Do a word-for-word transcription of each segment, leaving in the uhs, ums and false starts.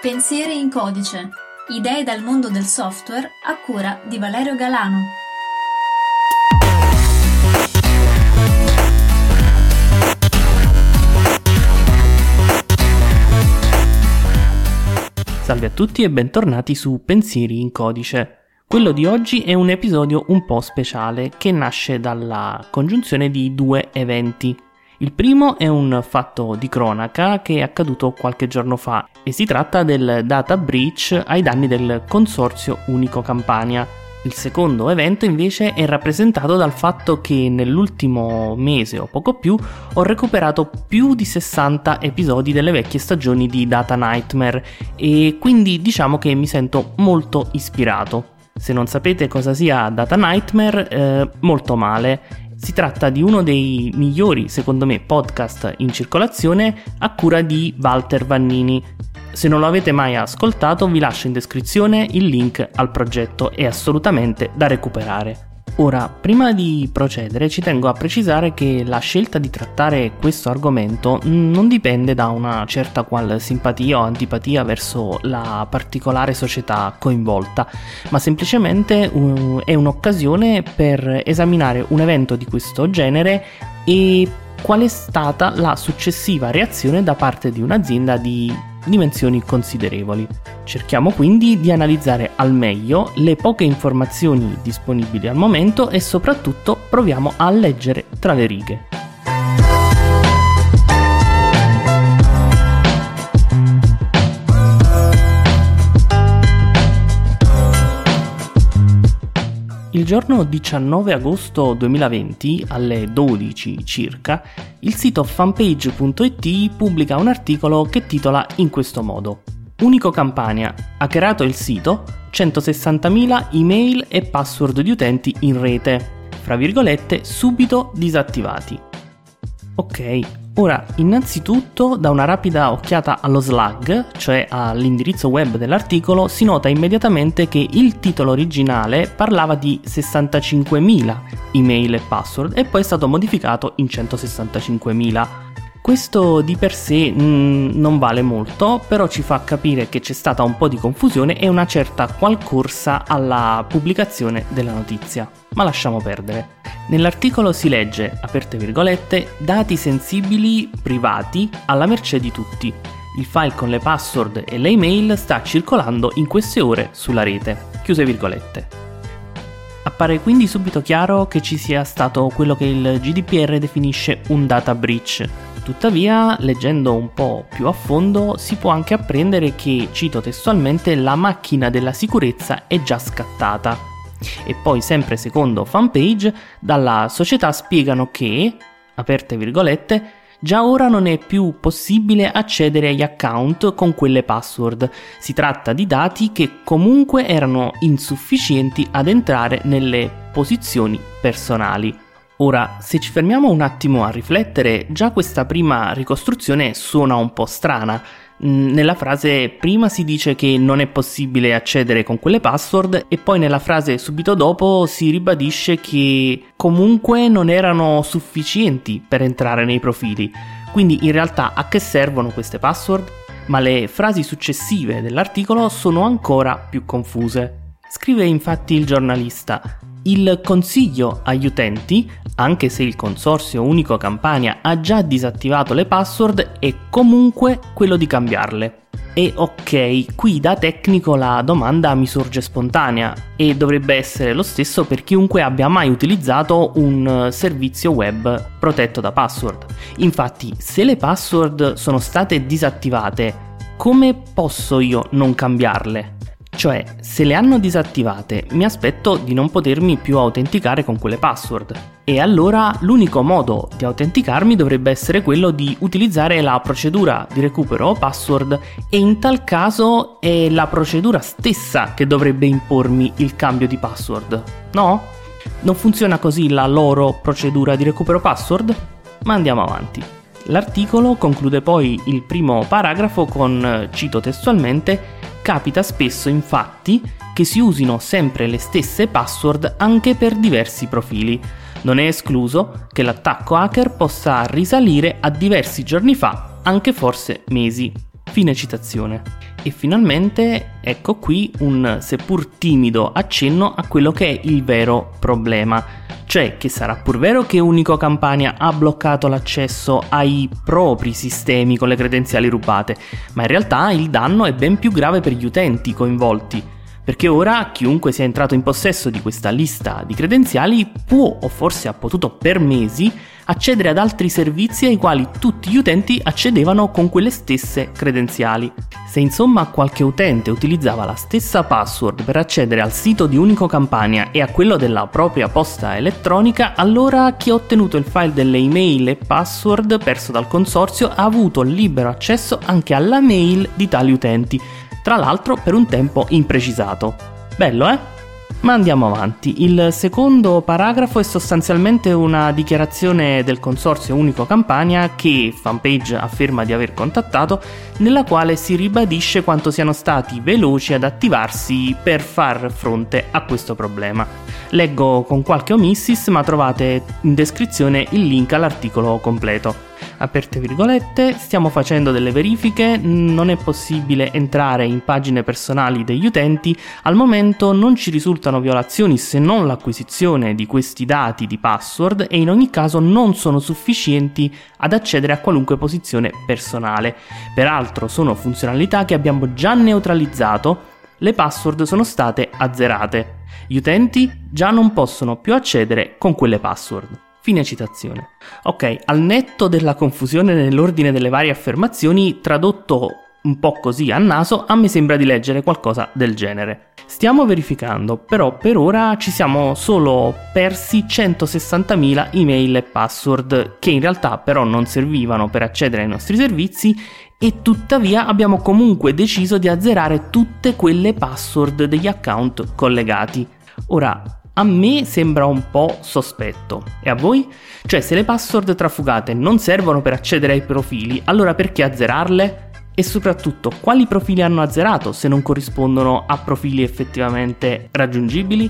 Pensieri in codice. Idee dal mondo del software a cura di Valerio Galano. Salve a tutti e bentornati su Pensieri in codice. Quello di oggi è un episodio un po' speciale che nasce dalla congiunzione di due eventi. Il primo è un fatto di cronaca che è accaduto qualche giorno fa e si tratta del data breach ai danni del Consorzio Unico Campania. Il secondo evento invece è rappresentato dal fatto che nell'ultimo mese o poco più ho recuperato più di sessanta episodi delle vecchie stagioni di Data Nightmare e quindi diciamo che mi sento molto ispirato. Se non sapete cosa sia Data Nightmare, eh, molto male. Si tratta di uno dei migliori, secondo me, podcast in circolazione a cura di Walter Vannini. Se non lo avete mai ascoltato, vi lascio in descrizione il link al progetto, è assolutamente da recuperare. Ora, prima di procedere, ci tengo a precisare che la scelta di trattare questo argomento non dipende da una certa qual simpatia o antipatia verso la particolare società coinvolta, ma semplicemente uh, è un'occasione per esaminare un evento di questo genere e qual è stata la successiva reazione da parte di un'azienda di dimensioni considerevoli. Cerchiamo quindi di analizzare al meglio le poche informazioni disponibili al momento e soprattutto proviamo a leggere tra le righe. Il giorno diciannove agosto duemilaventi, alle dodici circa, il sito fanpage punto it pubblica un articolo che titola in questo modo: Unico Campania, hackerato il sito, centosessantamila email e password di utenti in rete, fra virgolette, subito disattivati. Ok, ora innanzitutto da una rapida occhiata allo slug, cioè all'indirizzo web dell'articolo, si nota immediatamente che il titolo originale parlava di sessantacinquemila email e password e poi è stato modificato in centosessantacinquemila. Questo di per sé mh, non vale molto, però ci fa capire che c'è stata un po' di confusione e una certa qualcorsa alla pubblicazione della notizia. Ma lasciamo perdere. Nell'articolo si legge, aperte virgolette, dati sensibili privati alla mercé di tutti. Il file con le password e le email sta circolando in queste ore sulla rete. Chiuse virgolette. Appare quindi subito chiaro che ci sia stato quello che il G D P R definisce un data breach. Tuttavia, leggendo un po' più a fondo, si può anche apprendere che, cito testualmente, la macchina della sicurezza è già scattata. E poi, sempre secondo fanpage, dalla società spiegano che, aperte virgolette, già ora non è più possibile accedere agli account con quelle password. Si tratta di dati che comunque erano insufficienti ad entrare nelle posizioni personali. Ora, se ci fermiamo un attimo a riflettere, già questa prima ricostruzione suona un po' strana. Nella frase prima si dice che non è possibile accedere con quelle password e poi nella frase subito dopo si ribadisce che comunque non erano sufficienti per entrare nei profili. Quindi in realtà a che servono queste password? Ma le frasi successive dell'articolo sono ancora più confuse. Scrive infatti il giornalista: il consiglio agli utenti, anche se il Consorzio Unico Campania ha già disattivato le password, è comunque quello di cambiarle. E ok, qui da tecnico la domanda mi sorge spontanea e dovrebbe essere lo stesso per chiunque abbia mai utilizzato un servizio web protetto da password. Infatti, se le password sono state disattivate, come posso io non cambiarle? Cioè, se le hanno disattivate, mi aspetto di non potermi più autenticare con quelle password. E allora l'unico modo di autenticarmi dovrebbe essere quello di utilizzare la procedura di recupero password e in tal caso è la procedura stessa che dovrebbe impormi il cambio di password, no? Non funziona così la loro procedura di recupero password? Ma andiamo avanti. L'articolo conclude poi il primo paragrafo con, cito testualmente, capita spesso infatti che si usino sempre le stesse password anche per diversi profili. Non è escluso che l'attacco hacker possa risalire a diversi giorni fa, anche forse mesi. Fine citazione. E finalmente ecco qui un seppur timido accenno a quello che è il vero problema, cioè che sarà pur vero che Unico Campania ha bloccato l'accesso ai propri sistemi con le credenziali rubate, ma in realtà il danno è ben più grave per gli utenti coinvolti, perché ora chiunque sia entrato in possesso di questa lista di credenziali può, o forse ha potuto per mesi, accedere ad altri servizi ai quali tutti gli utenti accedevano con quelle stesse credenziali. Se insomma qualche utente utilizzava la stessa password per accedere al sito di Unico Campania e a quello della propria posta elettronica, allora chi ha ottenuto il file delle email e password perso dal consorzio ha avuto libero accesso anche alla mail di tali utenti, tra l'altro per un tempo imprecisato. Bello, eh? Ma andiamo avanti. Il secondo paragrafo è sostanzialmente una dichiarazione del consorzio Unico Campania che Fanpage afferma di aver contattato, nella quale si ribadisce quanto siano stati veloci ad attivarsi per far fronte a questo problema. Leggo con qualche omissis, ma trovate in descrizione il link all'articolo completo. Aperte virgolette, stiamo facendo delle verifiche, non è possibile entrare in pagine personali degli utenti, al momento non ci risultano violazioni se non l'acquisizione di questi dati di password e in ogni caso non sono sufficienti ad accedere a qualunque posizione personale. Peraltro sono funzionalità che abbiamo già neutralizzato, le password sono state azzerate. Gli utenti già non possono più accedere con quelle password. Fine citazione. Ok, al netto della confusione nell'ordine delle varie affermazioni, tradotto un po' così a naso, a me sembra di leggere qualcosa del genere. Stiamo verificando, però per ora ci siamo solo persi centosessantamila email e password, che in realtà però non servivano per accedere ai nostri servizi, e tuttavia abbiamo comunque deciso di azzerare tutte quelle password degli account collegati. Ora, a me sembra un po' sospetto. E a voi? Cioè, se le password trafugate non servono per accedere ai profili, allora perché azzerarle? E soprattutto, quali profili hanno azzerato se non corrispondono a profili effettivamente raggiungibili?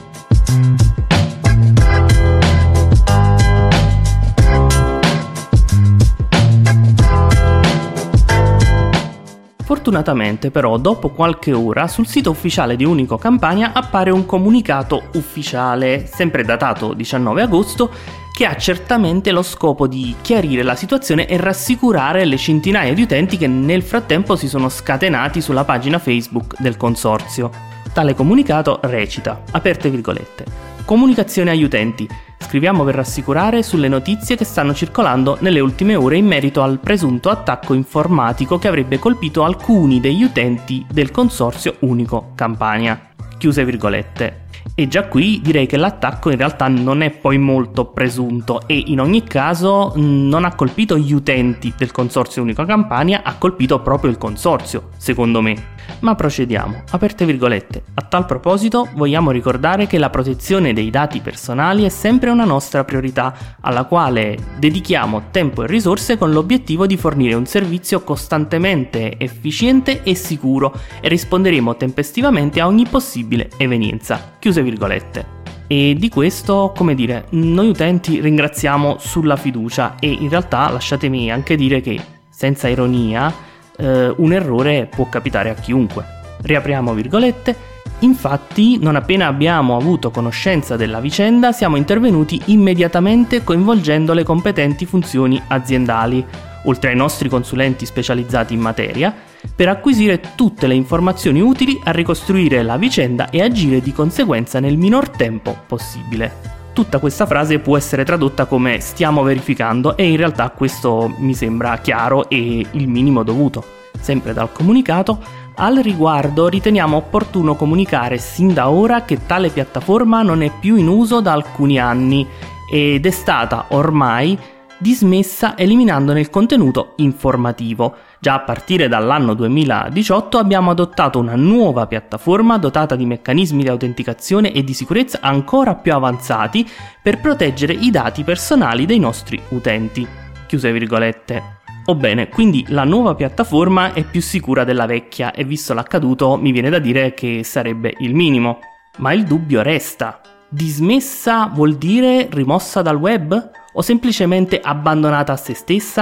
Fortunatamente però dopo qualche ora sul sito ufficiale di Unico Campania appare un comunicato ufficiale, sempre datato diciannove agosto, che ha certamente lo scopo di chiarire la situazione e rassicurare le centinaia di utenti che nel frattempo si sono scatenati sulla pagina Facebook del consorzio. Tale comunicato recita, aperte virgolette, comunicazione agli utenti. Scriviamo per rassicurare sulle notizie che stanno circolando nelle ultime ore in merito al presunto attacco informatico che avrebbe colpito alcuni degli utenti del consorzio Unico Campania. Chiuse virgolette. E già qui direi che l'attacco in realtà non è poi molto presunto e in ogni caso non ha colpito gli utenti del consorzio Unico Campania, ha colpito proprio il consorzio, secondo me. Ma procediamo, aperte virgolette. A tal proposito vogliamo ricordare che la protezione dei dati personali è sempre una nostra priorità, alla quale dedichiamo tempo e risorse con l'obiettivo di fornire un servizio costantemente efficiente e sicuro e risponderemo tempestivamente a ogni possibile evenienza. Chiuse virgolette. E di questo, come dire, noi utenti ringraziamo sulla fiducia e in realtà lasciatemi anche dire che, senza ironia, eh, un errore può capitare a chiunque. Riapriamo virgolette. Infatti, non appena abbiamo avuto conoscenza della vicenda, siamo intervenuti immediatamente coinvolgendo le competenti funzioni aziendali, oltre ai nostri consulenti specializzati in materia, per acquisire tutte le informazioni utili a ricostruire la vicenda e agire di conseguenza nel minor tempo possibile. Tutta questa frase può essere tradotta come stiamo verificando e in realtà questo mi sembra chiaro e il minimo dovuto. Sempre dal comunicato, al riguardo riteniamo opportuno comunicare sin da ora che tale piattaforma non è più in uso da alcuni anni ed è stata ormai dismessa eliminandone il contenuto informativo. Già a partire dall'anno duemiladiciotto abbiamo adottato una nuova piattaforma dotata di meccanismi di autenticazione e di sicurezza ancora più avanzati per proteggere i dati personali dei nostri utenti. Chiuse virgolette. O bene, quindi la nuova piattaforma è più sicura della vecchia e visto l'accaduto mi viene da dire che sarebbe il minimo. Ma il dubbio resta. Dismessa vuol dire rimossa dal web? O semplicemente abbandonata a se stessa?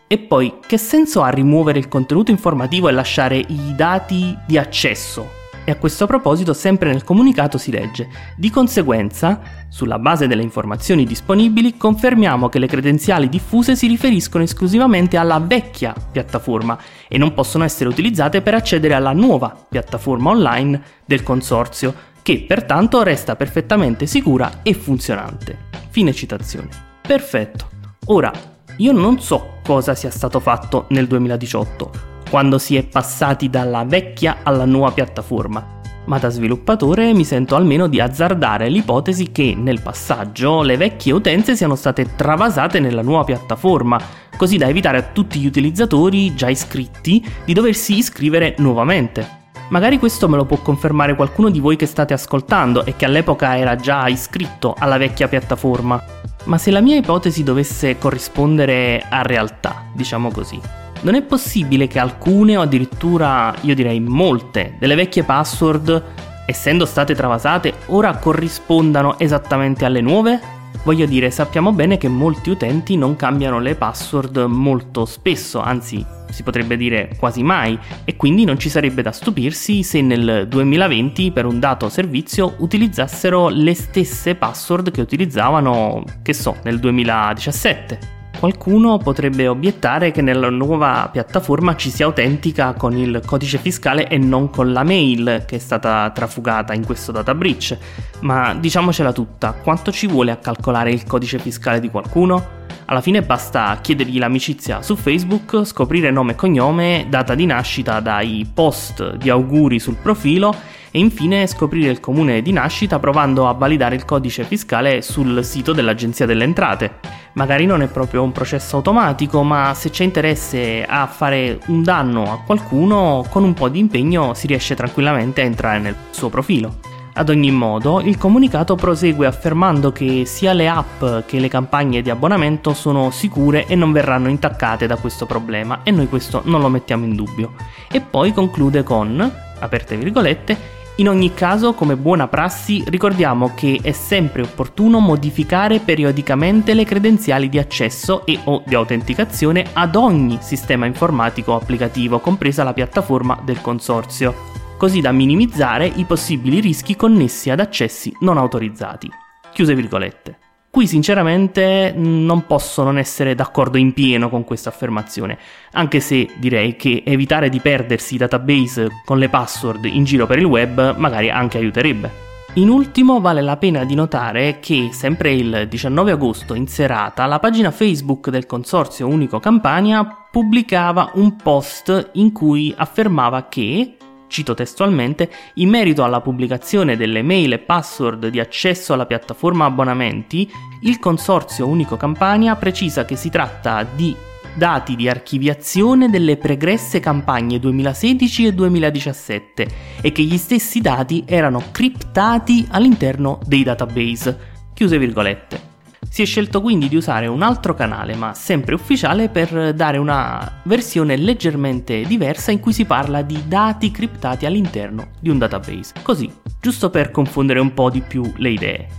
E poi, che senso ha rimuovere il contenuto informativo e lasciare i dati di accesso? E a questo proposito, sempre nel comunicato si legge: di conseguenza, sulla base delle informazioni disponibili, confermiamo che le credenziali diffuse si riferiscono esclusivamente alla vecchia piattaforma e non possono essere utilizzate per accedere alla nuova piattaforma online del consorzio, che pertanto resta perfettamente sicura e funzionante. Fine citazione. Perfetto. Ora, io non so cosa sia stato fatto nel duemiladiciotto, quando si è passati dalla vecchia alla nuova piattaforma, ma da sviluppatore mi sento almeno di azzardare l'ipotesi che nel passaggio le vecchie utenze siano state travasate nella nuova piattaforma, così da evitare a tutti gli utilizzatori già iscritti di doversi iscrivere nuovamente. Magari questo me lo può confermare qualcuno di voi che state ascoltando e che all'epoca era già iscritto alla vecchia piattaforma. Ma se la mia ipotesi dovesse corrispondere a realtà, diciamo così, non è possibile che alcune o addirittura, io direi molte, delle vecchie password, essendo state travasate, ora corrispondano esattamente alle nuove? Voglio dire, sappiamo bene che molti utenti non cambiano le password molto spesso, anzi si potrebbe dire quasi mai, e quindi non ci sarebbe da stupirsi se nel duemilaventi per un dato servizio utilizzassero le stesse password che utilizzavano, che so, nel duemiladiciassette. Qualcuno potrebbe obiettare che nella nuova piattaforma ci si autentica con il codice fiscale e non con la mail che è stata trafugata in questo data breach, ma diciamocela tutta, quanto ci vuole a calcolare il codice fiscale di qualcuno? Alla fine basta chiedergli l'amicizia su Facebook, scoprire nome e cognome, data di nascita dai post di auguri sul profilo e infine scoprire il comune di nascita provando a validare il codice fiscale sul sito dell'Agenzia delle Entrate. Magari non è proprio un processo automatico, ma se c'è interesse a fare un danno a qualcuno, con un po' di impegno si riesce tranquillamente a entrare nel suo profilo. Ad ogni modo, il comunicato prosegue affermando che sia le app che le campagne di abbonamento sono sicure e non verranno intaccate da questo problema, e noi questo non lo mettiamo in dubbio. E poi conclude con, aperte virgolette, in ogni caso, come buona prassi, ricordiamo che è sempre opportuno modificare periodicamente le credenziali di accesso e o di autenticazione ad ogni sistema informatico o applicativo, compresa la piattaforma del consorzio, così da minimizzare i possibili rischi connessi ad accessi non autorizzati. Chiuse virgolette. Qui sinceramente non posso non essere d'accordo in pieno con questa affermazione, anche se direi che evitare di perdersi i database con le password in giro per il web magari anche aiuterebbe. In ultimo vale la pena di notare che sempre il diciannove agosto in serata la pagina Facebook del Consorzio Unico Campania pubblicava un post in cui affermava che, cito testualmente, in merito alla pubblicazione delle mail e password di accesso alla piattaforma abbonamenti, il Consorzio Unico Campania precisa che si tratta di dati di archiviazione delle pregresse campagne duemilasedici e duemiladiciassette e che gli stessi dati erano criptati all'interno dei database. Chiuse virgolette. Si è scelto quindi di usare un altro canale, ma sempre ufficiale, per dare una versione leggermente diversa in cui si parla di dati criptati all'interno di un database. Così, giusto per confondere un po' di più le idee.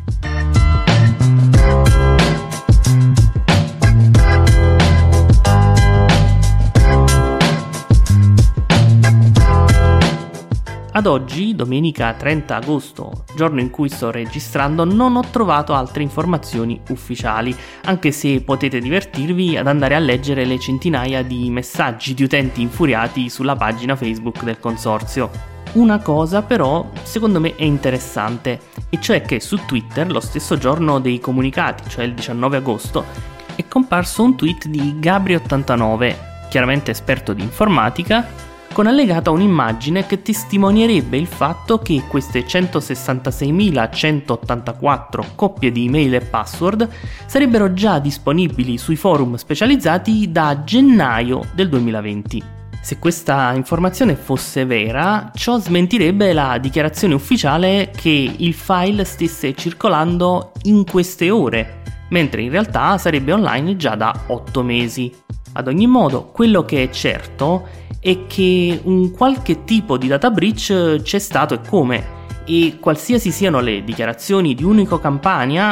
Ad oggi, domenica trenta agosto, giorno in cui sto registrando, non ho trovato altre informazioni ufficiali, anche se potete divertirvi ad andare a leggere le centinaia di messaggi di utenti infuriati sulla pagina Facebook del consorzio. Una cosa però secondo me è interessante, e cioè che su Twitter, lo stesso giorno dei comunicati, cioè il diciannove agosto, è comparso un tweet di Gabri ottantanove, chiaramente esperto di informatica, con allegata un'immagine che testimonierebbe il fatto che queste centosessantaseimilacentottantaquattro coppie di email e password sarebbero già disponibili sui forum specializzati da gennaio del duemilaventi. Se questa informazione fosse vera, ciò smentirebbe la dichiarazione ufficiale che il file stesse circolando in queste ore, mentre in realtà sarebbe online già da otto mesi. Ad ogni modo, quello che è certo è che un qualche tipo di data breach c'è stato e come, e qualsiasi siano le dichiarazioni di Unico Campania,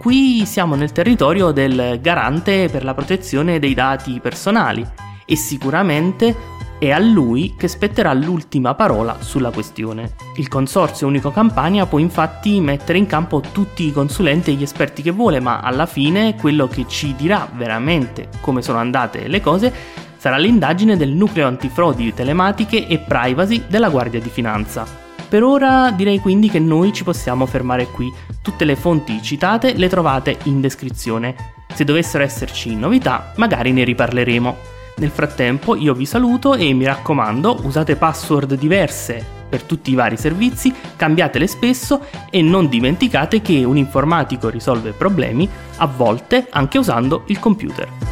qui siamo nel territorio del garante per la protezione dei dati personali e sicuramente è a lui che spetterà l'ultima parola sulla questione. Il Consorzio Unico Campania può infatti mettere in campo tutti i consulenti e gli esperti che vuole, ma alla fine quello che ci dirà veramente come sono andate le cose sarà l'indagine del nucleo antifrodi telematiche e privacy della Guardia di Finanza. Per ora direi quindi che noi ci possiamo fermare qui. Tutte le fonti citate le trovate in descrizione. Se dovessero esserci novità, magari ne riparleremo. Nel frattempo io vi saluto e mi raccomando, usate password diverse per tutti i vari servizi, cambiatele spesso e non dimenticate che un informatico risolve problemi, a volte anche usando il computer.